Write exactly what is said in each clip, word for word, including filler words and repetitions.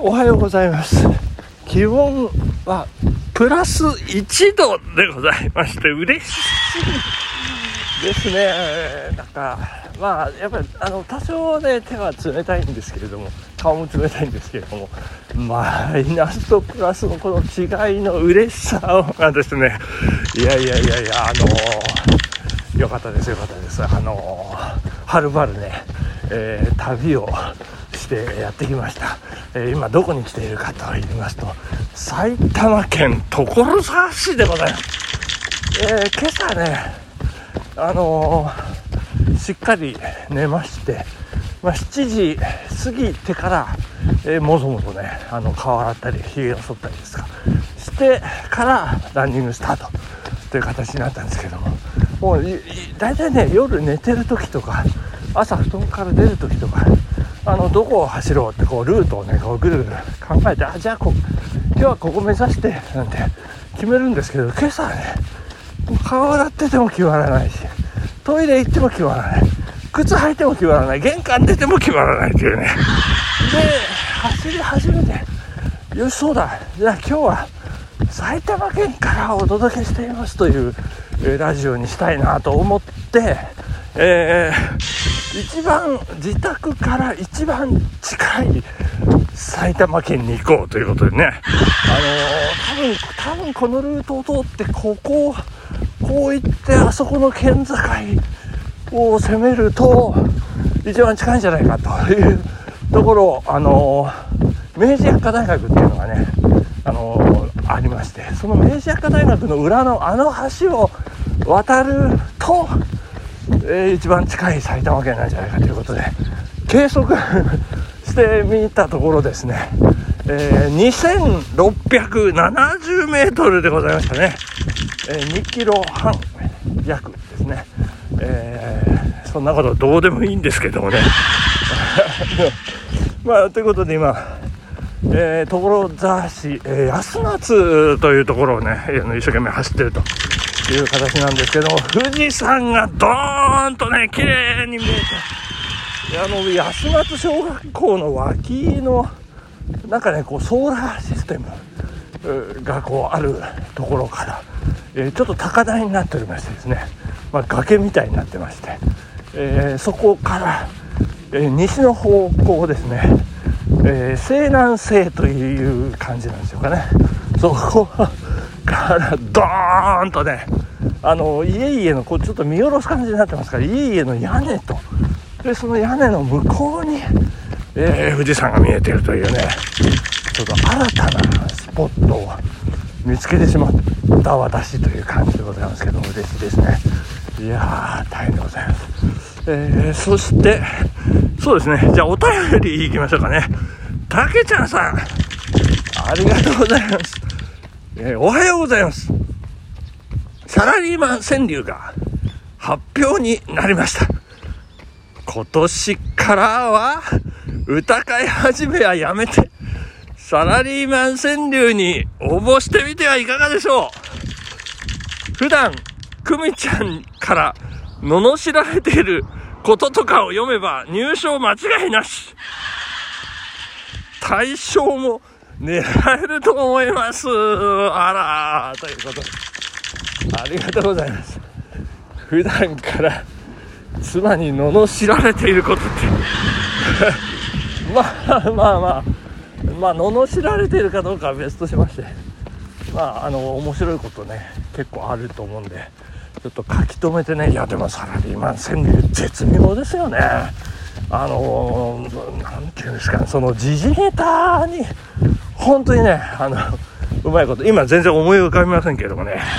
おはようございます。気温はプラスいちどでございまして嬉しいですね。なんかまあやっぱりあの多少ね手は冷たいんですけれども、顔も冷たいんですけれども、マイナスとプラスのこの違いの嬉しさがですね、いやいやいやいや、あのー、よかったですよかったです。あのー、はるばるね、えー、旅をしてやってきました。えー、今どこに来ているかと言いますと、埼玉県所沢市でございます。えー、今朝ね、あのー、しっかり寝まして、まあ、しちじ過ぎてから、えー、もぞもぞね、あの顔洗ったりひげを剃ったりですかしてからランニングスタートという形になったんですけども、もうだいたいね、夜寝てる時とか朝布団から出る時とか、あのどこを走ろうってこうルートをねこうぐるぐる考えて、あじゃあこ今日はここ目指してなんて決めるんですけど、今朝はね顔洗ってても決まらないし、トイレ行っても決まらない、靴履いても決まらない、玄関出ても決まらないというね。で走り始めて、よしそうだ、じゃあ今日は埼玉県からお届けしていますという、えー、ラジオにしたいなと思って、えー、一番自宅から一番近い埼玉県に行こうということでね、あのー、多分多分このルートを通ってここをこう行ってあそこの県境を攻めると一番近いんじゃないかというところを、あのー、明治薬科大学っていうのがね、あのー、ありまして、その明治薬科大学の裏のあの橋を渡ると、えー、一番近い埼玉県なんじゃないかということで計測してみたところですね、えー、にせんろっぴゃくななじゅうメートルでございましたね。えー、にキロはん約ですね。えー、そんなことどうでもいいんですけどもねまあということで今、えー、所沢市、えー、安松というところをね、えー、一生懸命走ってるという形なんですけども、富士山がドーンとね綺麗に見えて、あの安松小学校の脇のなんかねこうソーラーシステムがこうあるところから、えー、ちょっと高台になっておりましてですね、まあ、崖みたいになってまして、えー、そこから、えー、西の方向ですね、えー、西南西という感じなんでしょうかね。そこからドーンとね、あの家々のこうちょっと見下ろす感じになってますから、家々の屋根と、でその屋根の向こうに、えー、富士山が見えているというね、ちょっと新たなスポットを見つけてしまった私という感じでございますけども、嬉しいですね。いやー大変でございます。えー、そしてそうですね、じゃあお便りいきましょうかね。たけちゃんさん、ありがとうございます。えー、おはようございます。サラリーマン川柳が発表になりました。今年からは歌会始めはやめてサラリーマン川柳に応募してみてはいかがでしょう。普段久美ちゃんから罵られていることとかを読めば入賞間違いなし、大賞も狙えると思います。あらー、ということでありがとうございます。普段から妻に罵られていることってまあまあまあまあ罵られているかどうかは別としまして、まああの面白いことね結構あると思うんで、ちょっと書き留めてね。いやでもサラリーマン川柳絶妙ですよね。あのー、なんていうんですかね、その時事ネタに本当にね、あのうまいこと今全然思い浮かびませんけれどもね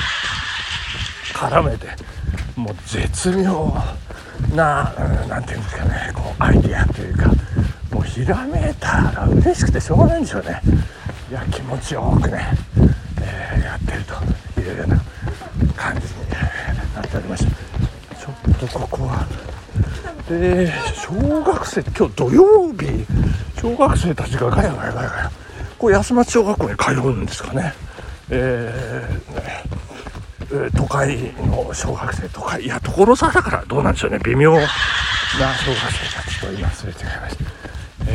絡めてもう絶妙な、なんていうんですかね、こうアイディアというか、もうひらめいたら嬉しくてしょうがないんでしょうね。いや気持ちよくね、えー、やってるというような感じになっておりました。ちょっとここは、えー、小学生、今日土曜日、小学生たちがガヤガヤガヤガヤこう安松小学校に通うんですかね。えーね都会の小学生、都会、いや所沢だからどうなんでしょうね、微妙な小学生たちと今連れて帰りました。え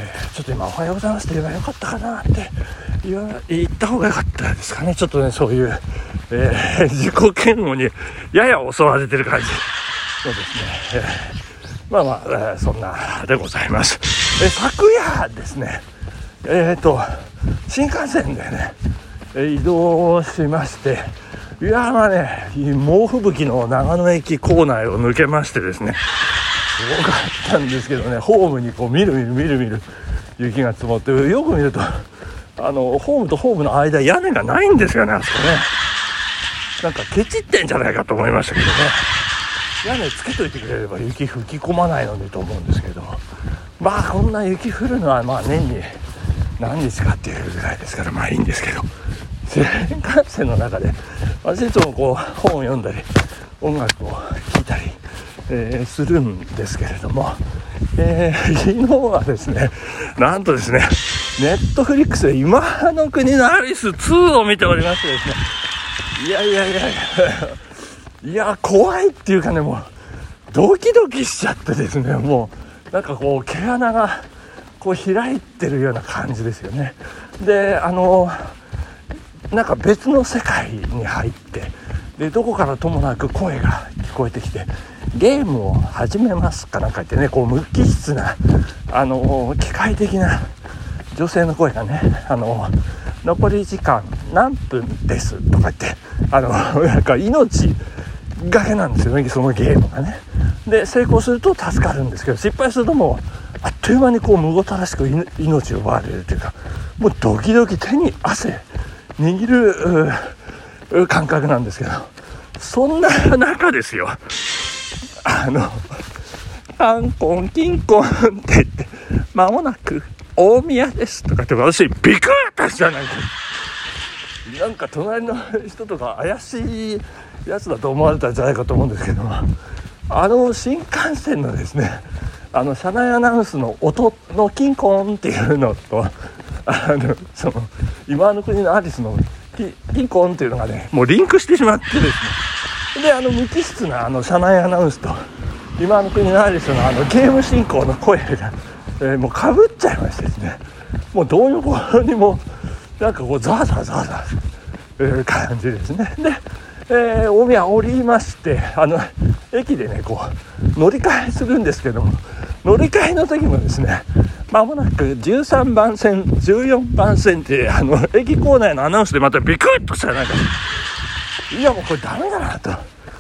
えー、ちょっと今おはようございますって言えばよかったかなって言わ言った方がよかったですかね。ちょっとねそういう、えー、自己嫌悪にやや襲われてる感じそうですね、えー、まあまあ、えー、そんなでございます。えー、昨夜ですねえーと新幹線でね移動しまして、いやまあね猛吹雪の長野駅構内を抜けましてですね、すごかったんですけどね、ホームにこうみるみるみるみる雪が積もって、よく見るとあのホームとホームの間屋根がないんですよね。あそこねなんかケチってんじゃないかと思いましたけどね、屋根つけといてくれれば雪吹き込まないのにと思うんですけれども、まあこんな雪降るのはまあ年に何日かっていうぐらいですからまあいいんですけど、新幹線の中で私いつもこう本を読んだり音楽を聴いたり、えー、するんですけれども、えー、昨日はですねなんとですねネットフリックスで今の国のアリスツーを見ておりましてですね、いやいやいやいやいや怖いっていうかね、もうドキドキしちゃってですね、もうなんかこう毛穴がこう開いてるような感じですよね。であのなんか別の世界に入って、でどこからともなく声が聞こえてきて、ゲームを始めますかなんか言ってね、こう無機質なあの機械的な女性の声がね、あの残り時間何分ですとか言って、あのなんか命がけなんですよね、そのゲームがね。で成功すると助かるんですけど、失敗するともうあっという間にこうむごたらしく命を奪われるというか、もうドキドキ手に汗握る感覚なんですけど、そんな中ですよ、あのカンコンキンコンって言って間もなく大宮ですとかって私ビクッとしたなんかなんか隣の人とか怪しいやつだと思われたんじゃないかと思うんですけど、あの新幹線のですねあの車内アナウンスの音のキンコンっていうのと、あのその今の国のアリスのキキンコンっていうのがねもうリンクしてしまってですね、であの無機質なあの車内アナウンスと今の国のアリスのあのゲーム進行の声が、えー、もうかぶっちゃいましてですね、もうどういうこにもなんかこうザーザーザーザー、えー、感じですね。で、えー、大宮降りまして、あの駅でねこう乗り換えするんですけども、乗り換えの時もですねまもなくじゅうさんばん線じゅうよんばん線ってあの駅構内のアナウンスでまたビクッとしたらなんか、いやもうこれダメだなと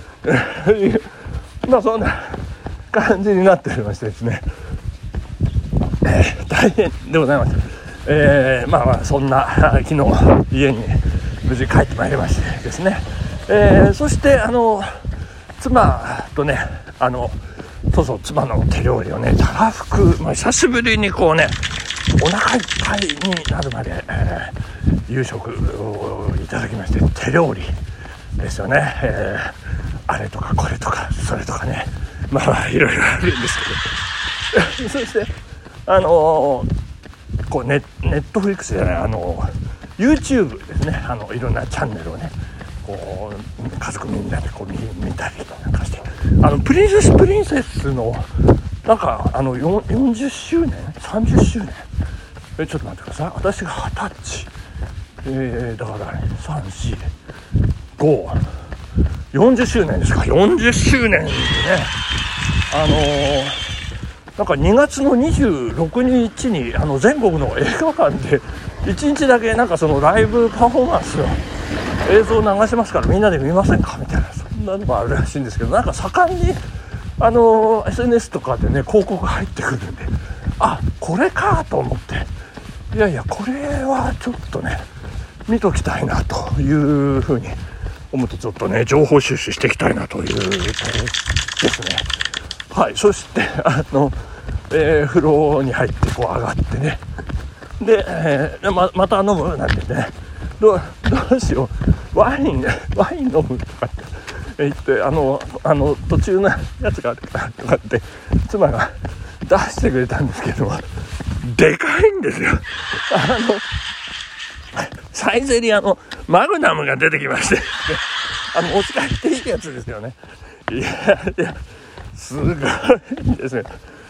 まあそんな感じになっておりましてですね、えー、大変でございます。えー、まあまあそんな昨日家に無事帰ってまいりましてですね、えー、そしてあの妻とねあのそうそう妻の手料理をねたらふく、まあ、久しぶりにこうねお腹いっぱいになるまで、えー、夕食をいただきまして、手料理ですよね、えー、あれとかこれとかそれとかね、まあまあいろいろあるんですけどそしてあのー、こうネネットフリックスじゃないあのー、YouTube ですね、あのいろんなチャンネルをねこう家族みんなでこう 見, 見たりなんかして、あのプリンセスプリンセスのなんかあのよんじゅっしゅうねんさんじゅっしゅうねんえちょっと待ってください、私がはたち、えー、だからねさん、よん、ご、よんじゅっしゅうねんですか。よんじゅっしゅうねんにねあのー、なんかにがつのにじゅうろくにちにあの全国の映画館でいちにちだけなんかそのライブパフォーマンスの映像を流しますからみんなで見ませんかみたいな、そんなのもあるらしいんですけど、なんか盛んにあの エスエヌエス とかでね広告入ってくるんで、あこれかと思って、いやいやこれはちょっとね見ときたいなというふうに思って、ちょっとね情報収集していきたいなというところですね。はい、そしてあの、えー、風呂に入ってこう上がってね、で、えー、ま, また飲むなんてね、ど う, どうしようワインワイン飲むとかって言ってあのあの途中のやつがあるからとかって妻が出してくれたんですけど、でかいんですよ。あのサイゼリアのマグナムが出てきましてあの持ち帰っていいやつですよね。いやいやすごいですね。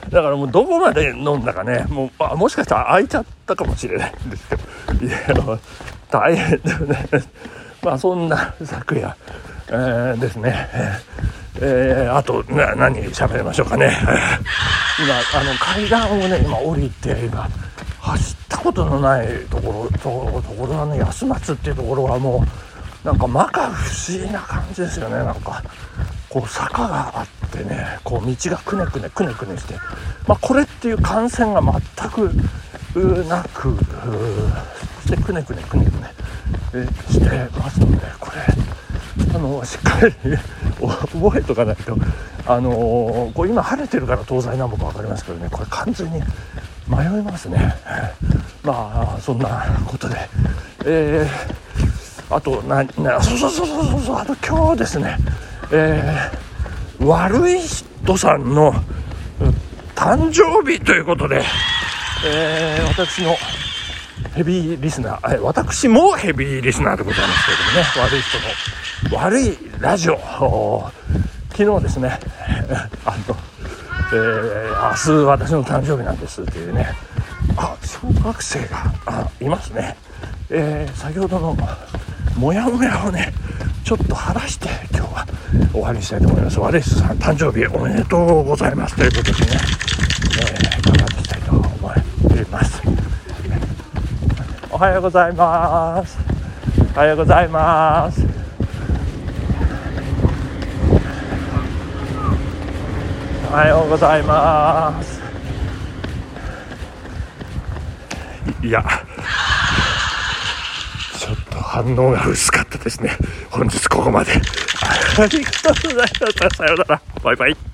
だからもうどこまで飲んだかね、もうあもしかしたら開いちゃったかもしれないんですけど、いや大変だよね。まあそんな昨夜、えー、ですね、えー、あとな何喋りましょうかね。今あの階段をね今降りて今走ったことのないところとところなの安松っていうところはもうなんか摩訶不思議な感じですよね。なんかこう坂があってね、こう道がくねくねくねくねして、まあこれっていう感染が全くなくしてくねくねくねくねしてますので、これあのしっかり覚えとかないと、あのー、こう今晴れてるから東西南北分かりますけどね、これ完全に迷いますね。まあそんなことで、えー、あとななそうそうそうそうそうあと今日ですね、えー、悪い人さんの誕生日ということで、えー、私のヘビーリスナー、私もヘビーリスナーでございますけれどもね、悪い人の悪いラジオ、昨日ですね、あの、えー、明日私の誕生日なんですっていうね、あ、小学生があいますね、えー、先ほどのモヤモヤをねちょっと晴らして今日は終わりにしたいと思います。悪い人さん誕生日おめでとうございますということでね、えー、頑張っていきたいと思います。おはようございます。おはようございます。おはようございます。いや、ちょっと反応が薄かったですね。本日ここまでありがとうございました。さようなら。バイバイ。